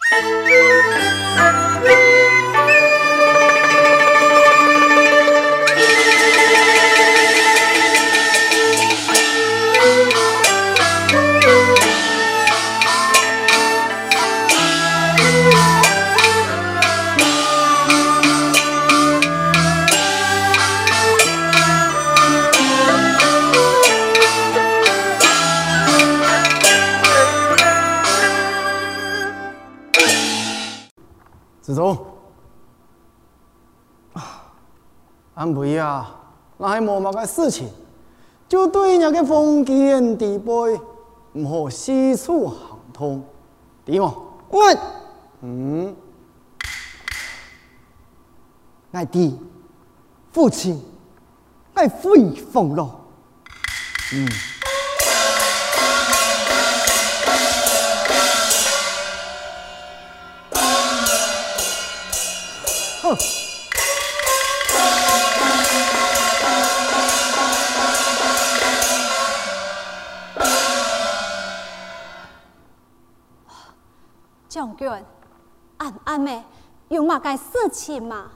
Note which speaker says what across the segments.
Speaker 1: 子忠，俺不呀，那还冇乜嘅事情，就對人嘅封建地位唔好四處行通，點啊？
Speaker 2: 我弟父親，我非奉咯。
Speaker 3: 将军，俺妹有嘛该事情嘛？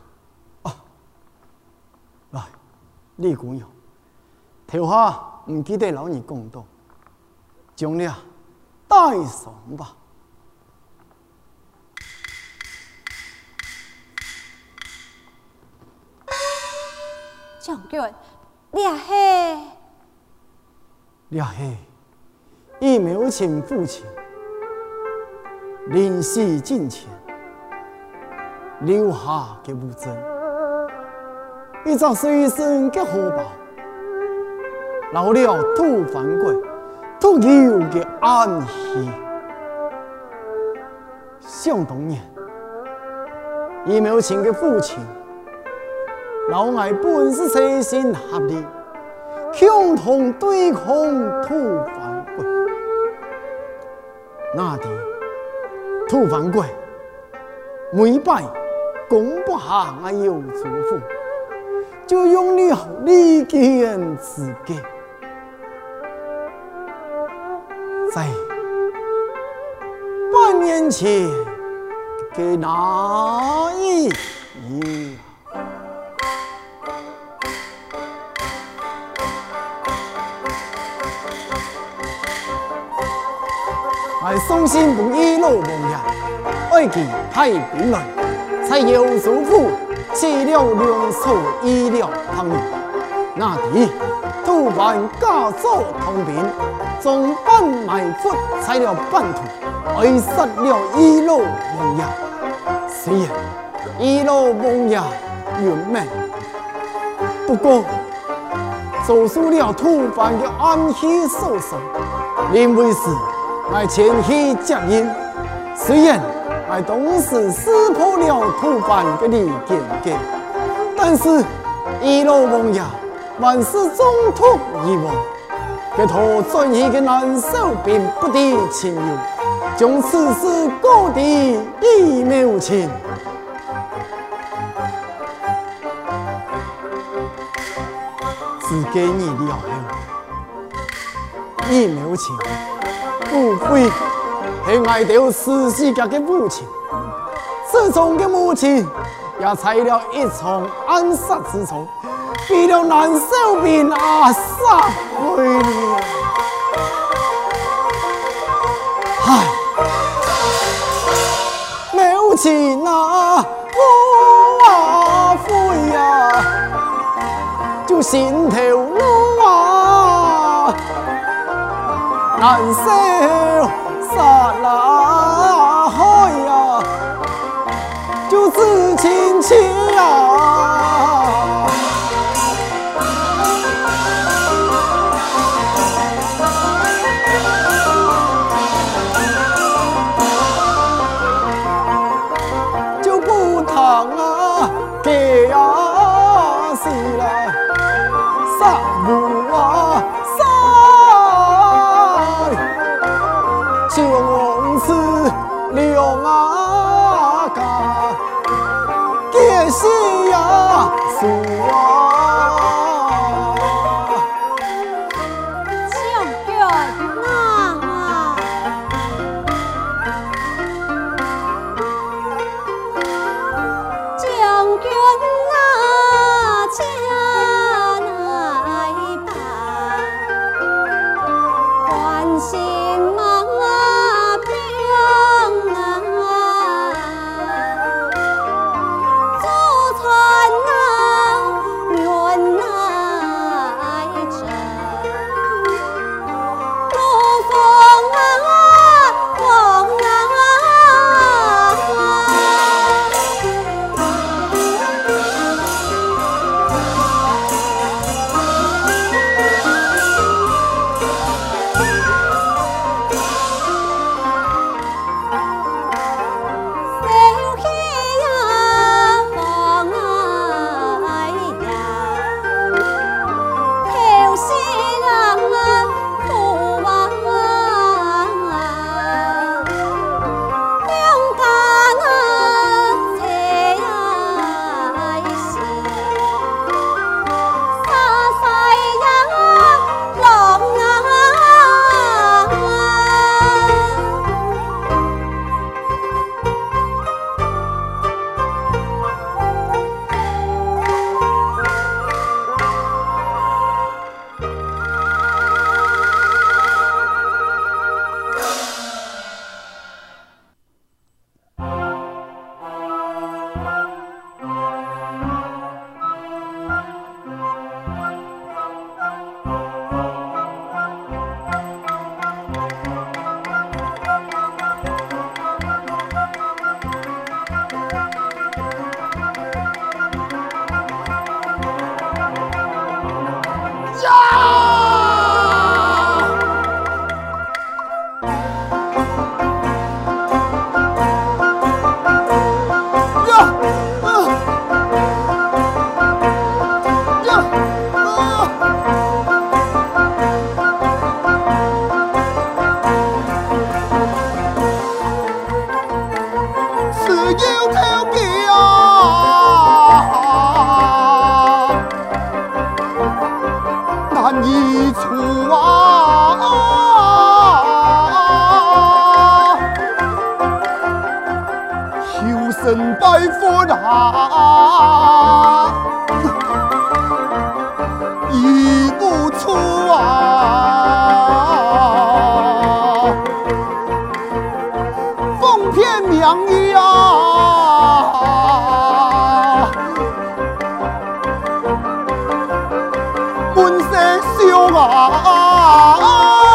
Speaker 1: 來，李官友，頭下唔記得老二講到，將你帶上吧。
Speaker 3: 将军，你係
Speaker 1: 一苗情父親，臨死之前留下嘅物證，一張隨身嘅荷包，留了土番鬼獨有嘅暗器。想當年，一苗情嘅父親。老愛本是齊心合力，共同對抗土番鬼。那地土番鬼每敗攻不下我有祖父，就用了利劍自己，在半年前給那一夜。係送信本一路夢人，愛見派兵來，才有祖父棄了兩手醫了朋友。那地土番假作通兵，縱半埋伏踩了半途，愛殺了一路夢人。雖然一路夢人圓滿，不過做出了土番嘅暗器手手，認為是。我前去接應，雖然我當時撕破了土番嘅利劍嘅，但是一路夢呀，還是中途而亡。佢陀轉移嘅難受並不敵情由，將此事告敵一苗情。只給你了後，一苗情。無非係愛到死死家嘅母親，自從嘅母親也採了一場暗殺之仇，為了難受病而殺去了。唉，母親啊，我悔呀，就心頭路啊。難捨殺了海呀，就自親切呀。就不堂啊，給呀死了，殺不啊。兩啊家，結西呀樹啊！
Speaker 3: 將軍啊！
Speaker 2: 身拜佛啊，已无处啊，奉骗名义啊，本世上啊。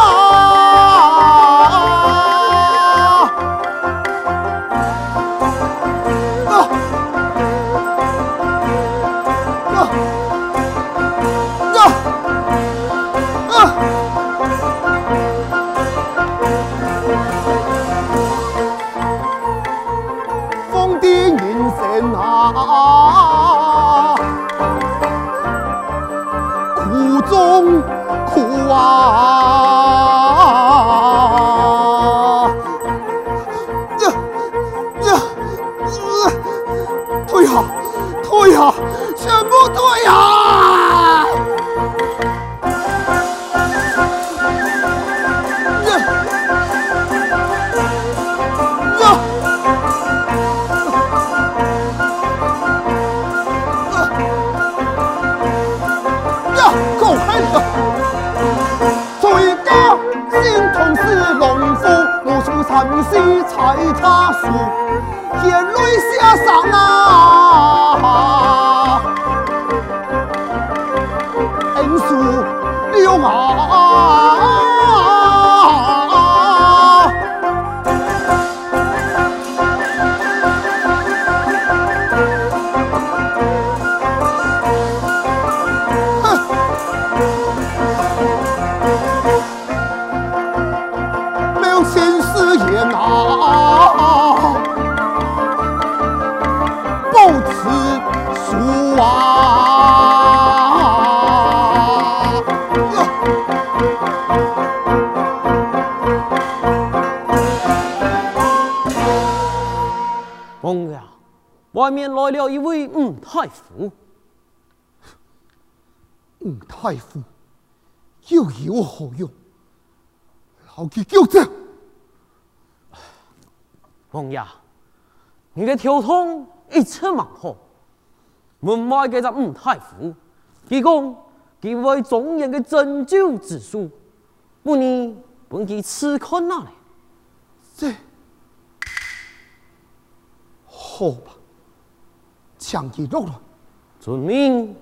Speaker 2: 风的云神啊，苦中苦啊！退下，退下，全部退下！最高心痛是农夫，无数残息踩他树，眼泪下上啊，恩树流啊。不辞书啊！
Speaker 1: 王爷，外面来了一位吳太傅。
Speaker 2: 吴太傅又有何用？老子叫这。
Speaker 1: 王爷，你嘅条通一出蛮好，门外嘅只吳太傅，佢讲佢为众人嘅拯救之术，不你本佢吃困哪里？
Speaker 2: 这好吧，将其落来。
Speaker 1: 遵命。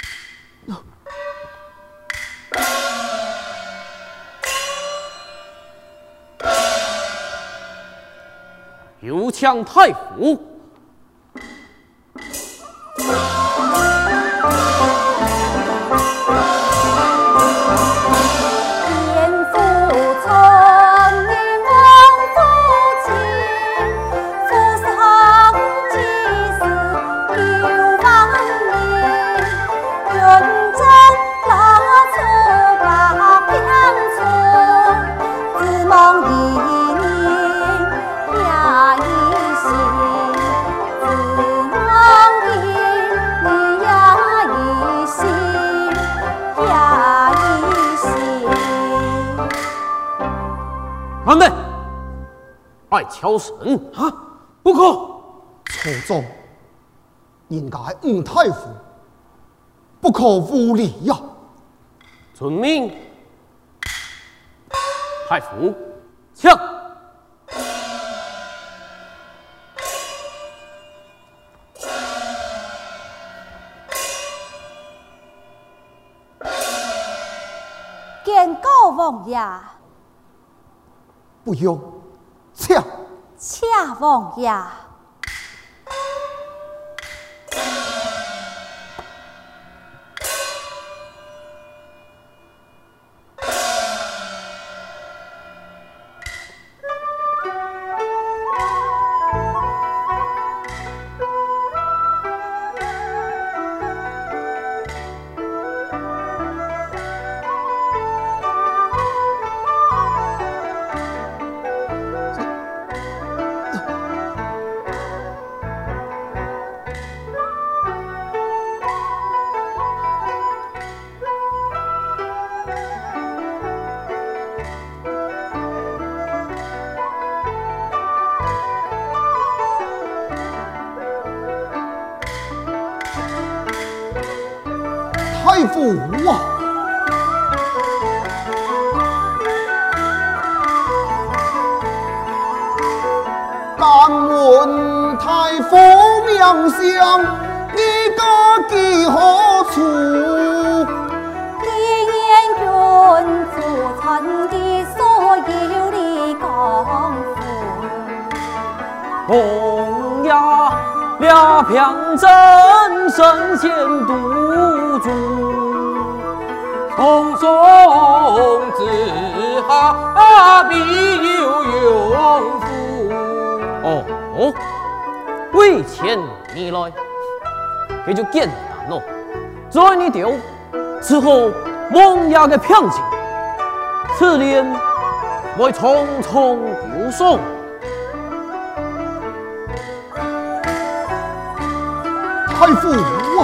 Speaker 1: 有请太傅。安内，爱敲神啊！不可！
Speaker 2: 错中，应该吴太傅不可无礼呀！
Speaker 1: 遵命。太傅，请。
Speaker 3: 见过王爷。
Speaker 2: 不用，请。
Speaker 3: 请王爷。
Speaker 2: 太傅啊！敢问太傅名相，你家寄何处？
Speaker 3: 一言君祖传的所有的功夫。
Speaker 4: 红呀，俩平真神仙独主，松松之下必有用夫。哦，为钱你来，这就简单咯。在你丢之后，蒙牙的平静，此年我匆匆游送。
Speaker 2: 太傅啊！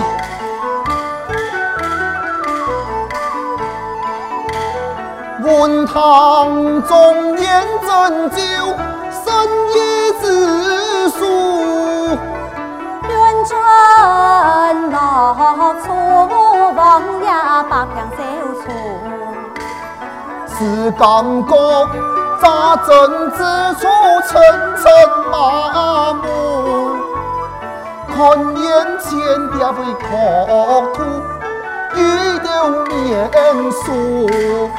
Speaker 2: 文堂中言针灸，深夜之书。
Speaker 3: 愿真老出王爷八평小处。
Speaker 2: 是感觉扎针之处层层麻木，看眼前这位国土一流面书。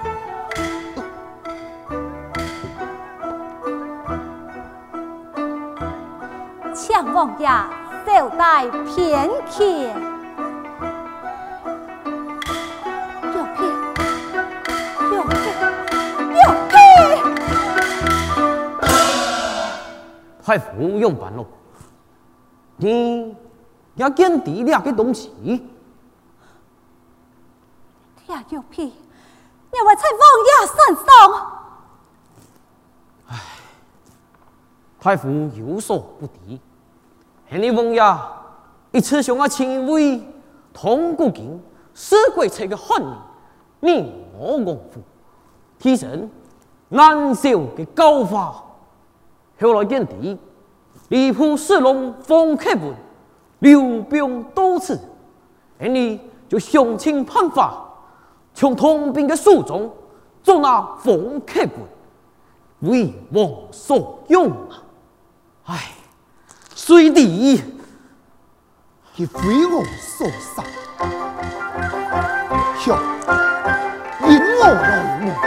Speaker 3: 请王爷手待偏见。
Speaker 4: 太傅用完了，你也见地了个东西。
Speaker 3: 天有屁，你我在王爷身上。
Speaker 4: 太傅有所不敌，恨你王爷一次想要亲为通古今四鬼才个汉人，你我王府提升难受的高法。后来见地，离谱四龙方克文，流兵多次，恨你就想尽办法，从通兵的书中捉拿方克文，为王所用啊！唉，虽地
Speaker 2: 亦非我所杀，向引我来目。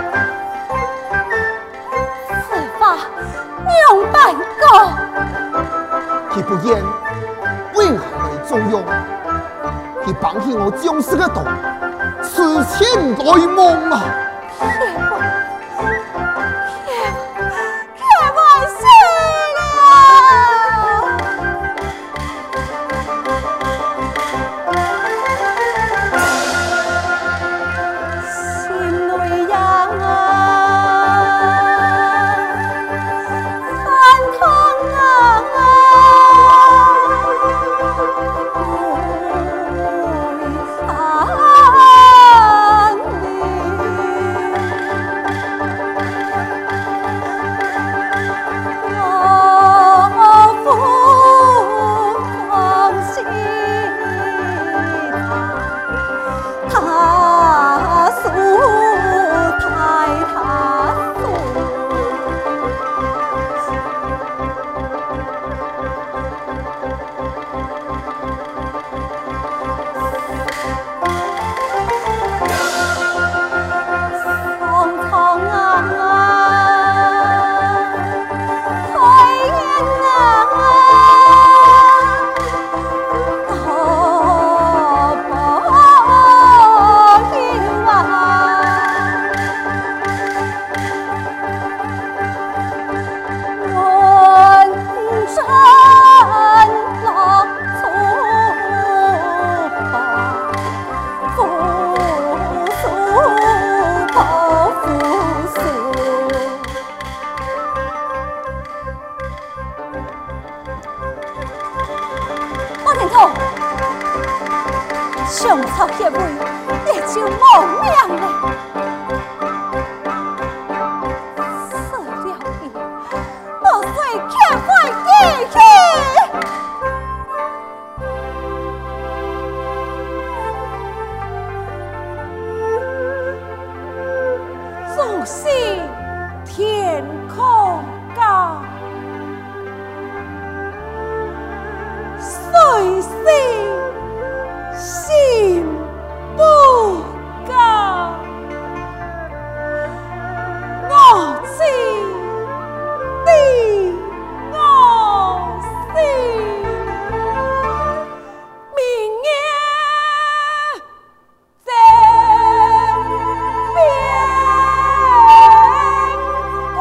Speaker 3: 此法娘办过，
Speaker 2: 亦不言为何来重用，亦放弃我将士的道，此前来梦啊！
Speaker 3: 上草协会也就亡命了。死了你，我虽欠坏义气。 心不甘，我知你我心，明夜在边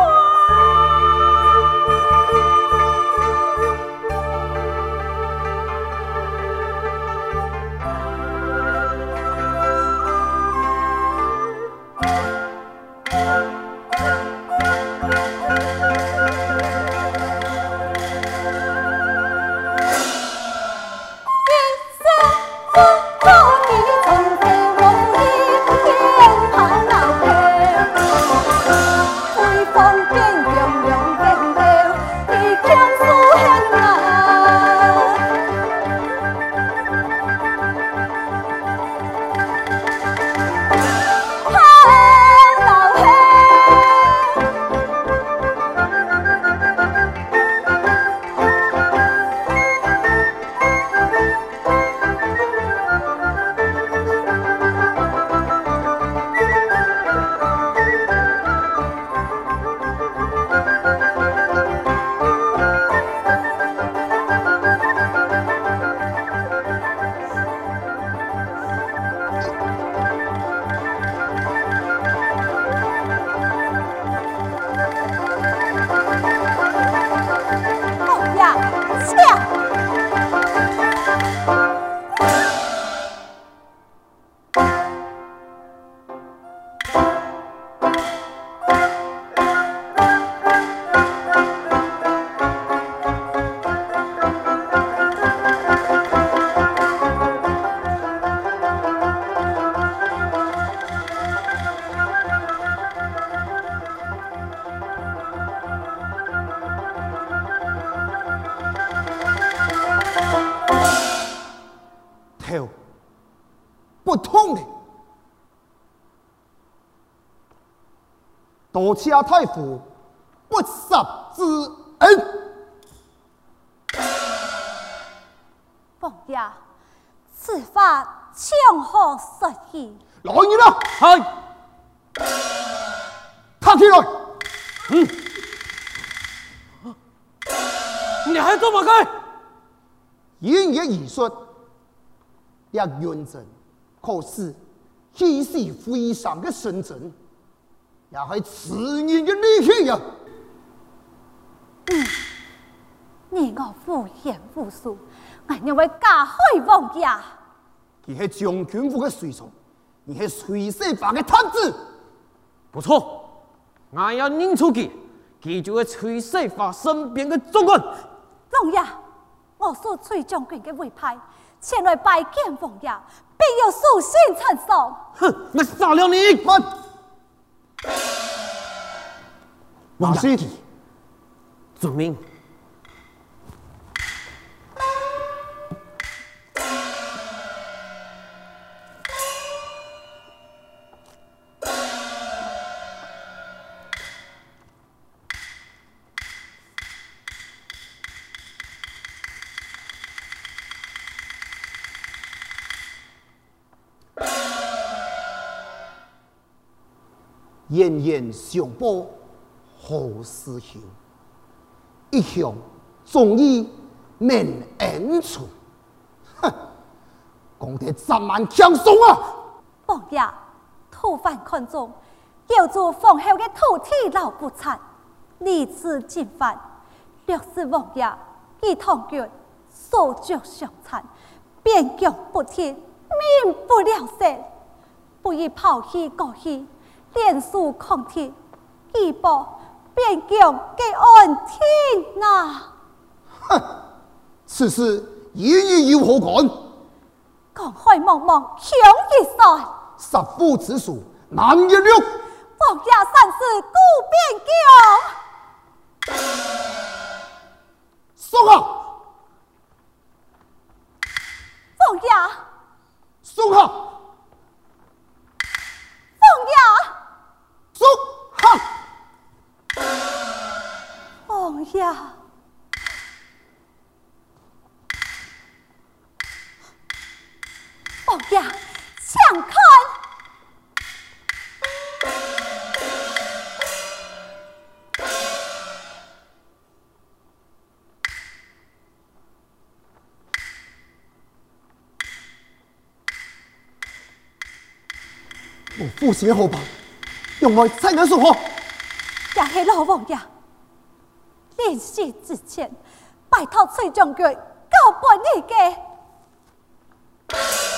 Speaker 2: 头不痛的，多谢太傅不杀之恩。
Speaker 3: 王爷，此法从何说起？
Speaker 2: 来人啊！
Speaker 4: 嗨，
Speaker 2: 他起来！
Speaker 4: 你还这么干？
Speaker 2: 言也已说，这元贞可是气势非常的深沉，也是此人的利器呀。
Speaker 3: 你我敷衍无数，我认为加害王爷。
Speaker 2: 他是将军府的随从，你是随身法的探子。
Speaker 4: 不错，我要认出去，他就是崔世法身边的总管。
Speaker 3: 王爷，我所崔将军的委派，前来拜见王爷，必有书信呈送。
Speaker 4: 哼，我杀了你！
Speaker 2: 慢，王师弟，
Speaker 4: 遵命。
Speaker 2: 燕燕相报何时休？一向忠义免恩存。哼，讲得10万强松啊！
Speaker 3: 王爷，土犯看中，有助封后的土地老不产，立志进犯，若是王爷以唐军手脚相残，边疆不听，民不聊生，不以抛弃过去。连数抗天，以保边疆给安天呐！
Speaker 2: 哼，此事言语有何干？
Speaker 3: 江海茫茫，强一山，
Speaker 2: 十夫之数难一了。
Speaker 3: 王爷三世顾边疆，
Speaker 2: 松下！
Speaker 3: 王爷，
Speaker 2: 松下！
Speaker 3: 王爷。
Speaker 2: 松下！
Speaker 3: 王爷，
Speaker 1: 我父亲的后棒，用来才能说话。
Speaker 3: 也是老王爷，临死之前，拜托崔将军交办你嘅。